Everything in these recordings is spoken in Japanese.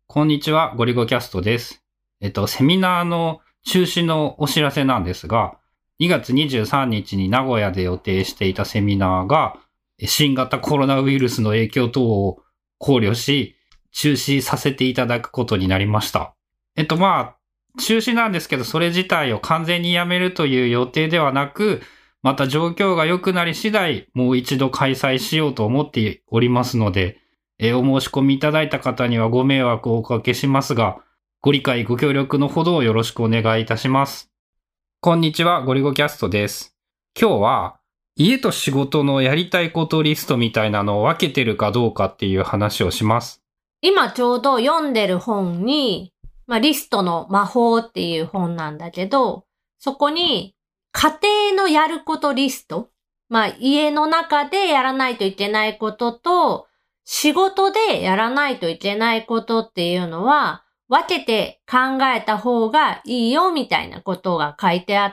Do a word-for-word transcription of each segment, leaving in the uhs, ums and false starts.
こんにちは、ゴリゴキャストです。えっと、セミナーの中止のお知らせなんですが、にがつにじゅうさんにちに名古屋で予定していたセミナーが、新型コロナウイルスの影響等を考慮し、中止させていただくことになりました。えっと、まあ、中止なんですけど、それ自体を完全にやめるという予定ではなく、また状況が良くなり次第、もう一度開催しようと思っておりますので、えー、お申し込みいただいた方にはご迷惑をおかけしますが、ご理解ご協力のほどをよろしくお願いいたします。こんにちは、ゴリゴキャストです。今日は家と仕事のやりたいことリストみたいなのを分けてるかどうかっていう話をします。 今ちょうど読んでる本に、まあ、リストの魔法っていう本なんだけど、そこに家庭のやることリスト、まあ家の中でやらないといけないことと、仕事でやらないといけないことっていうのは分けて考えた方がいいよみたいなことが書いてあって、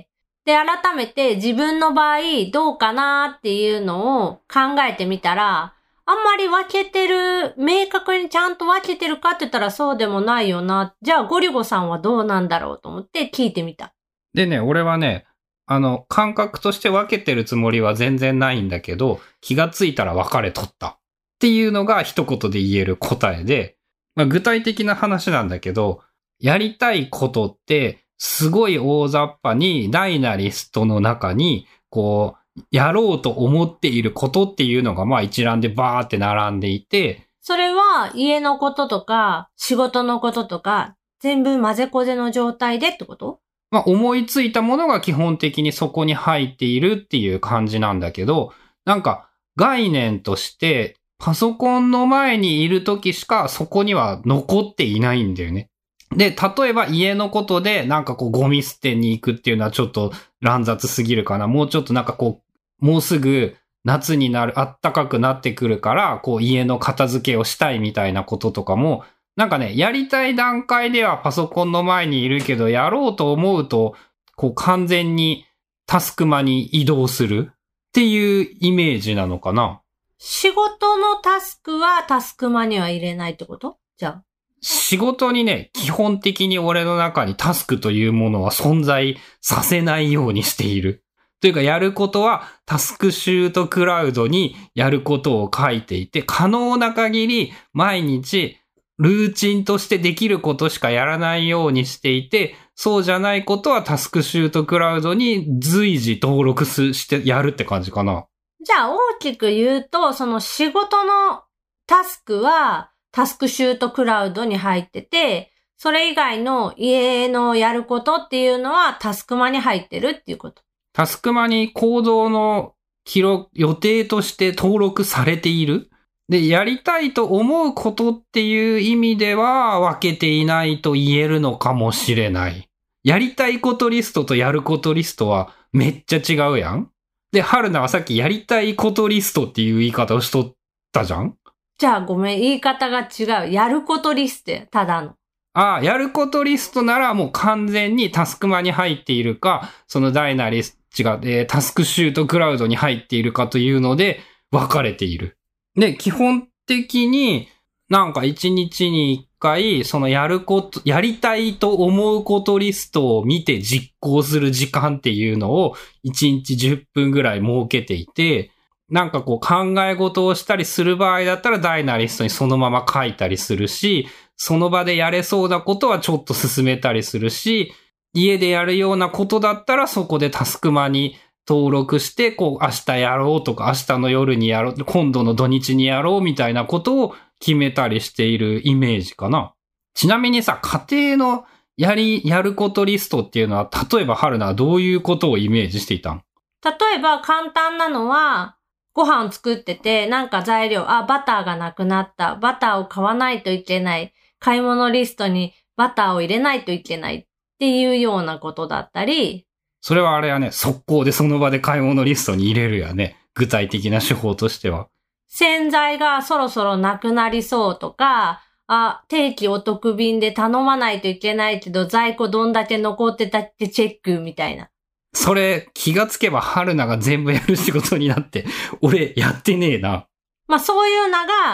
で、改めて自分の場合どうかなっていうのを考えてみたら、あんまり分けてる、明確にちゃんと分けてるかって言ったらそうでもないよな。じゃあゴリゴさんはどうなんだろうと思って聞いてみた。 でね、俺はね、あの、感覚として分けてるつもりは全然ないんだけど、気がついたら分かれとった。っていうのが一言で言える答えで、まあ、具体的な話なんだけど、やりたいことってすごい大雑把に大なリストの中にこうやろうと思っていることっていうのがまあ一覧でバーって並んでいて、 それは家のこととか仕事のこととか全部混ぜこぜの状態でってこと？ まあ思いついたものが基本的にそこに入っているっていう感じなんだけど、なんか概念としてパソコンの前にいるときしかそこには残っていないんだよね。で、例えば家のことでなんかこうゴミ捨てに行くっていうのはちょっと乱雑すぎるかな。もうちょっとなんかこう、もうすぐ夏になる、暖かくなってくるから、こう家の片付けをしたいみたいなこととかも、なんかね、やりたい段階ではパソコンの前にいるけど、やろうと思うと、こう完全にタスクマに移動するっていうイメージなのかな。 仕事のタスクはタスクマには入れないってこと？じゃあ。 仕事にね、基本的に俺の中にタスクというものは存在させないようにしている。というか、やることはタスクシュートクラウドにやることを書いていて、可能な限り毎日ルーチンとしてできることしかやらないようにしていて、そうじゃないことはタスクシュートクラウドに随時登録してやるって感じかな。 じゃあ大きく言うと、その仕事のタスクはタスクシュートクラウドに入ってて、それ以外の家のやることっていうのはタスクマに入ってるっていうこと。 タスクマに行動の記録、予定として登録されている。で、やりたいと思うことっていう意味では分けていないと言えるのかもしれない。やりたいことリストとやることリストはめっちゃ違うやん。で、春菜はさっきやりたいことリストっていう言い方をしとったじゃん。 じゃあごめん、言い方が違う。やることリストや、ただの。 ああ、やることリストならもう完全にタスクマに入っているか、そのダイナリストが、えー、タスクシュートクラウドに入っているかというので分かれている。で、基本的になんか一日に一回、そのやること、やりたいと思うことリストを見て実行する時間っていうのを一日じゅっぷんぐらい設けていて、なんかこう考え事をしたりする場合だったらダイナリストにそのまま書いたりするし、その場でやれそうなことはちょっと進めたりするし、家でやるようなことだったらそこでタスクマに登録して、こう明日やろうとか明日の夜にやろう、今度の土日にやろうみたいなことを決めたりしているイメージかな。ちなみにさ、家庭のやり、やることリストっていうのは、例えば春菜はどういうことをイメージしていたん？ 例えば簡単なのは、ご飯作ってて、なんか材料、あ、バターがなくなった。バターを買わないといけない。買い物リストにバターを入れないといけないっていうようなことだったり。 それはあれやね、速攻でその場で買い物リストに入れるやね。具体的な手法としては。 洗剤がそろそろなくなりそうとか、あ、定期お得便で頼まないといけないけど、在庫どんだけ残ってたってチェックみたいな。 それ気がつけば春菜が全部やる仕事になって、俺やってねえな。 まあそういうのが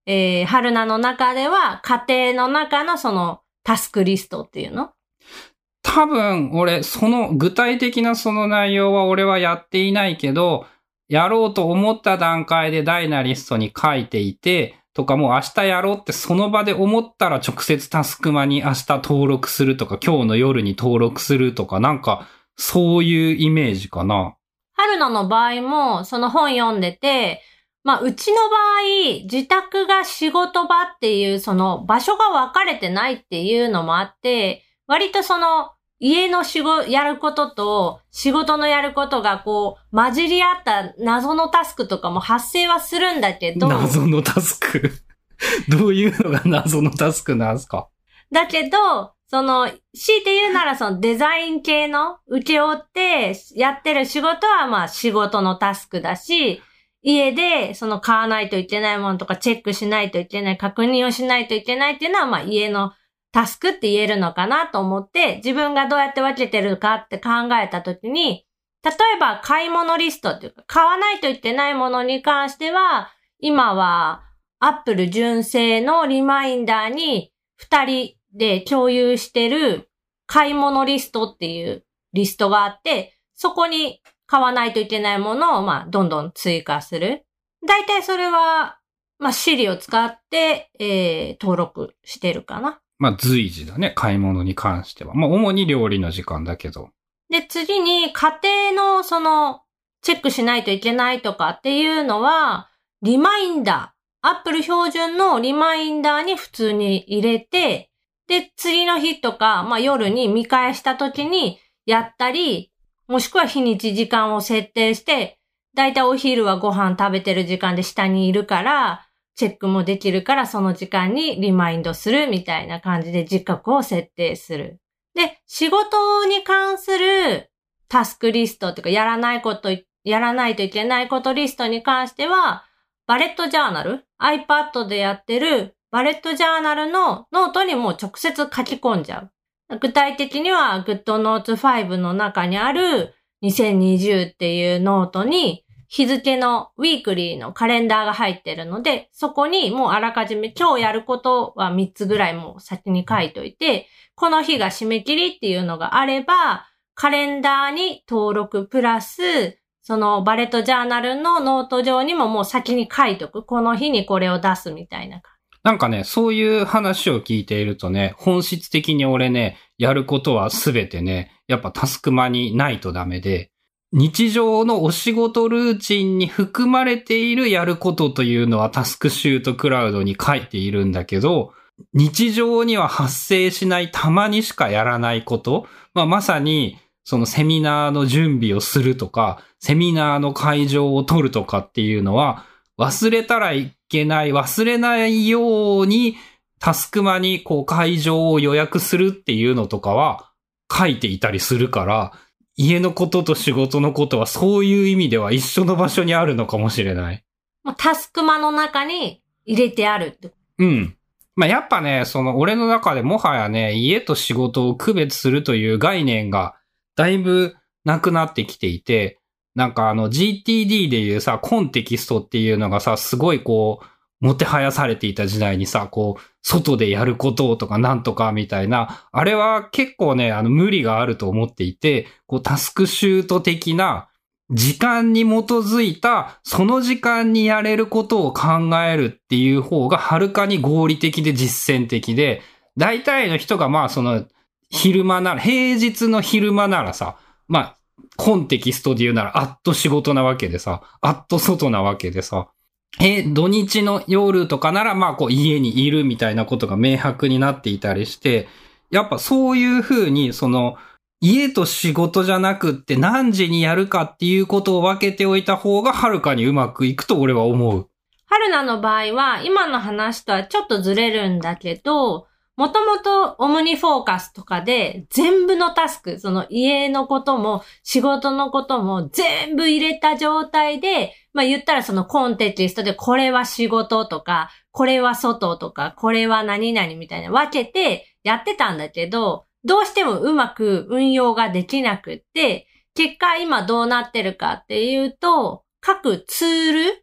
えー、春菜の中では家庭の中のそのタスクリストっていうの？ 多分、俺、その具体的なその内容は俺はやっていないけど、やろうと思った段階でダイナリストに書いていて、とかもう明日やろうってその場で思ったら直接タスクマに明日登録するとか、今日の夜に登録するとか、なんかそういうイメージかな。 春菜の場合もその本読んでて、まあうちの場合、自宅が仕事場っていうその場所が分かれてないっていうのもあって、割とその家の仕事、やることと仕事のやることがこう混じり合った謎のタスクとかも発生はするんだけど。 謎のタスクどういうのが謎のタスクなんすか？ だけど、その、強いて言うならそのデザイン系の請け負ってやってる仕事はまあ仕事のタスクだし、家でその買わないといけないものとかチェックしないといけない、確認をしないといけないっていうのはまあ家のタスクって言えるのかなと思って、自分がどうやって分けてるかって考えたときに、例えば買い物リストっていうか、買わないといけないものに関しては、今は Apple 純正のリマインダーにふたりで共有してる買い物リストっていうリストがあって、そこに買わないといけないものをまあどんどん追加する。だいたいそれは、まあ Siri を使って、えー、登録してるかな。 まあ随時だね、買い物に関しては。まあ主に料理の時間だけど。 で、次に家庭のそのチェックしないといけないとかっていうのは、リマインダー、Apple 標準のリマインダーに普通に入れて、で、次の日とか、まあ夜に見返した時にやったり、もしくは日にち時間を設定して、だいたいお昼はご飯食べてる時間で下にいるから、チェックもできるからその時間にリマインドするみたいな感じで時刻を設定する。で、仕事に関するタスクリストっていうかやらないこと、やらないといけないことリストに関しては、バレットジャーナル iPad でやってるバレットジャーナルのノートにも直接書き込んじゃう。具体的には GoodNotes ファイブの中にあるにせんにじゅうっていうノートに日付のウィークリーのカレンダーが入ってるので、そこにもうあらかじめ今日やることはみっつぐらいもう先に書いといて、この日が締め切りっていうのがあれば、カレンダーに登録プラス、そのバレットジャーナルのノート上にももう先に書いとく。この日にこれを出すみたいな。 なんかね、そういう話を聞いているとね、本質的に俺ね、やることはすべてね、やっぱタスクマにないとダメで、日常のお仕事ルーチンに含まれているやることというのはタスクシュートクラウドに書いているんだけど、日常には発生しないたまにしかやらないこと、まあ、まさにそのセミナーの準備をするとか、セミナーの会場を取るとかっていうのは忘れたらいけない、忘れないようにタスクマにこう会場を予約するっていうのとかは書いていたりするから、家のことと仕事のことはそういう意味では一緒の場所にあるのかもしれない。 もうタスクマの中に入れてあるって。 うん。まあ、やっぱね、その俺の中でもはやね、家と仕事を区別するという概念がだいぶなくなってきていて、なんかあの ジーティーディー でいうさ、コンテキストっていうのがさ、すごいこう、もてはやされていた時代にさ、こう、外でやることとかなんとかみたいな、あれは結構ね、あの無理があると思っていて、こうタスクシュート的な時間に基づいた、その時間にやれることを考えるっていう方がはるかに合理的で実践的で、大体の人がまあその昼間なら、平日の昼間ならさ、まあコンテキストで言うならあっと仕事なわけでさ、あっと外なわけでさ、え、土日の夜とかならまあこう家にいるみたいなことが明白になっていたりして、やっぱそういう風にその家と仕事じゃなくって何時にやるかっていうことを分けておいた方がはるかにうまくいくと俺は思う。 春菜の場合は今の話とはちょっとずれるんだけど、もともとオムニフォーカスとかで全部のタスク、その家のことも仕事のことも全部入れた状態で、まあ言ったらそのコンテキストでこれは仕事とか、これは外とか、これは何々みたいな分けてやってたんだけど、どうしてもうまく運用ができなくって、結果今どうなってるかっていうと、各ツール、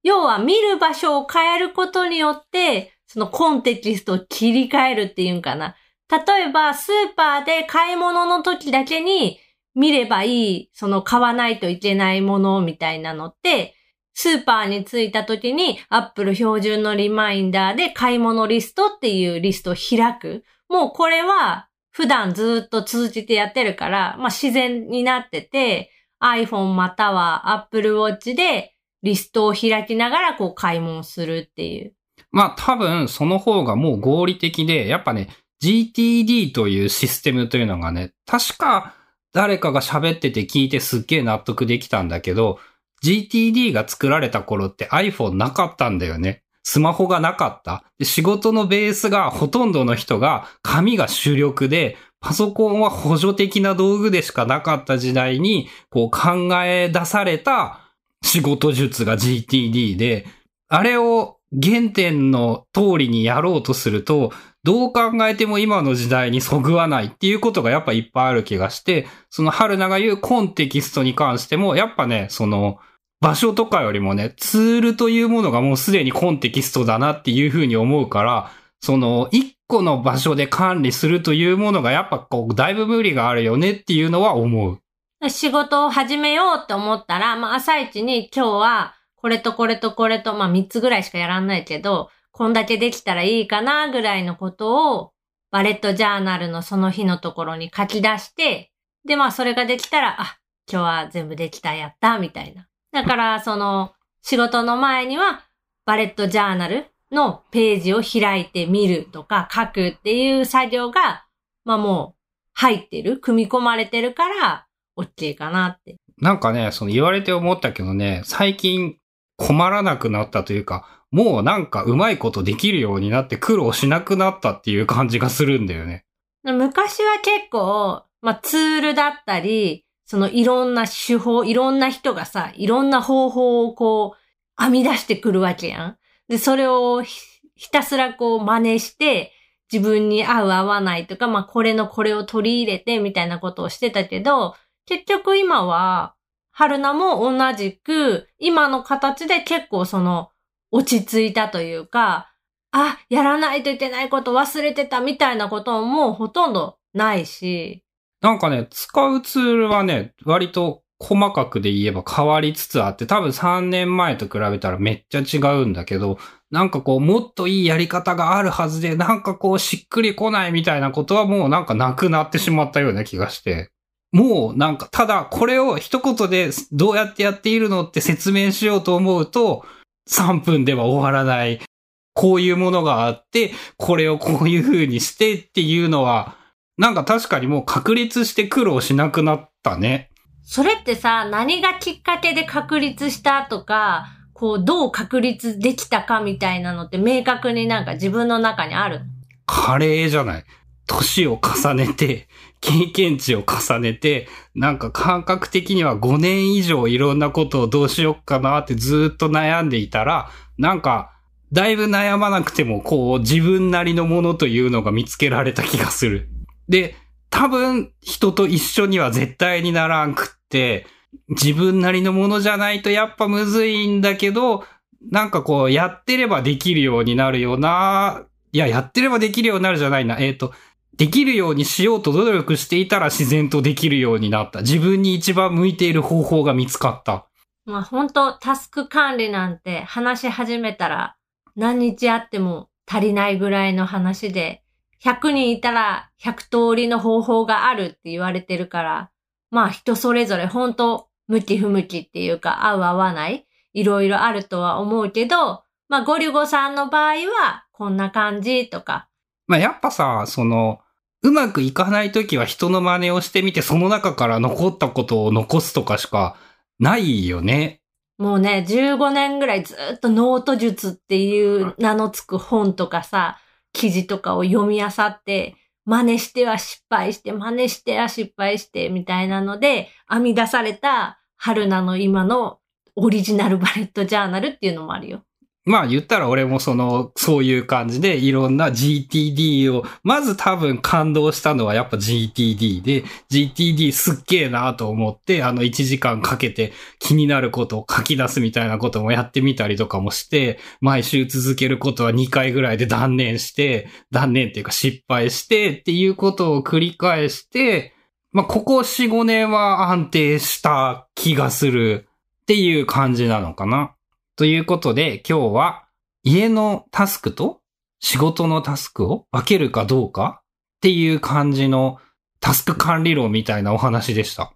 要は見る場所を変えることによって、そのコンテキストを切り替えるっていうんかな。例えば、スーパーで買い物の時だけに見ればいい、その買わないといけないものみたいなのって、スーパーに着いた時に Apple 標準のリマインダーで買い物リストっていうリストを開く。もうこれは普段ずっと通じてやってるから、まあ自然になってて、iPhone または Apple Watch でリストを開きながらこう買い物するっていう。 まあ多分その方がもう合理的で、やっぱね、ジーティーディー というシステムというのがね、確か誰かが喋ってて聞いてすっげえ納得できたんだけど、ジーティーディー が作られた頃って iPhone なかったんだよね。スマホがなかった。で、仕事のベースがほとんどの人が紙が主力で、パソコンは補助的な道具でしかなかった時代に、こう考え出された仕事術が ジーティーディー で、あれを原点の通りにやろうとすると、どう考えても今の時代にそぐわないっていうことがやっぱいっぱいある気がして、その春菜が言うコンテキストに関しても、やっぱね、その場所とかよりもね、ツールというものがもうすでにコンテキストだなっていうふうに思うから、その一個の場所で管理するというものがやっぱこうだいぶ無理があるよねっていうのは思う。 仕事を始めようって思ったら、まあ朝一に今日はこれとこれとこれと、まあみっつぐらいしかやらないけど、こんだけできたらいいかなぐらいのことをバレットジャーナルのその日のところに書き出して、でまあそれができたら、あ、今日は全部できたやったみたいな。だからその仕事の前にはバレットジャーナルのページを開いてみるとか書くっていう作業がまあもう入ってる、組み込まれてるから OK かなって。 なんかね、その言われて思ったけどね、最近困らなくなったというか、もうなんかうまいことできるようになって苦労しなくなったっていう感じがするんだよね。 昔は結構、まあツールだったり、そのいろんな手法、いろんな人がさ、いろんな方法をこう編み出してくるわけやん。で、それを ひ, ひたすらこう真似して、自分に合う合わないとか、まあこれのこれを取り入れてみたいなことをしてたけど、結局今は、春菜も同じく、今の形で結構その、落ち着いたというか、あ、やらないといけないこと忘れてたみたいなこともほとんどないし。 なんかね、使うツールはね、割と細かくで言えば変わりつつあって、多分さんねんまえと比べたらめっちゃ違うんだけど、なんかこう、もっといいやり方があるはずで、なんかこう、しっくりこないみたいなことはもうなんかなくなってしまったような気がして。もうなんか、ただこれを一言でどうやってやっているのって説明しようと思うと、さんぷんでは終わらない。こういうものがあって、これをこういう風にしてっていうのは、なんか確かにもう確立して苦労しなくなったね。 それってさ、何がきっかけで確立したとか、こうどう確立できたかみたいなのって明確になんか自分の中にある？ カレーじゃない。年を重ねて、経験値を重ねて、なんか感覚的にはごねん以上いろんなことをどうしよっかなってずっと悩んでいたら、なんか、だいぶ悩まなくてもこう自分なりのものというのが見つけられた気がする。で、多分人と一緒には絶対にならんくって、自分なりのものじゃないとやっぱむずいんだけど、なんかこうやってればできるようになるよな。いや、やってればできるようになるじゃないな。えっと、できるようにしようと努力していたら自然とできるようになった。自分に一番向いている方法が見つかった。 まあ本当タスク管理なんて話し始めたら何日あっても足りないぐらいの話で、ひゃくにんいたらひゃく通りの方法があるって言われてるから、まあ人それぞれ本当向き不向きっていうか合う合わないいろいろあるとは思うけど、まあゴリュゴさんの場合はこんな感じとか。 まあやっぱさ、その、うまくいかないときは人の真似をしてみて、その中から残ったことを残すとかしかないよね。 もうね、じゅうごねんぐらいずっとノート術っていう名のつく本とかさ、記事とかを読み漁って、真似しては失敗して、真似しては失敗して、みたいなので、編み出された春菜の今のオリジナルバレットジャーナルっていうのもあるよ。 まあ言ったら俺もその、そういう感じでいろんな ジーティーディー を、まず多分感動したのはやっぱ ジーティーディー で、ジーティーディー すっげえなと思って、あのいちじかんかけて気になることを書き出すみたいなこともやってみたりとかもして、毎週続けることはにかいぐらいで断念して、断念っていうか失敗してっていうことを繰り返して、まあここよん、ごねんは安定した気がするっていう感じなのかな。ということで、今日は家のタスクと仕事のタスクを分けるかどうかっていう感じのタスク管理論みたいなお話でした。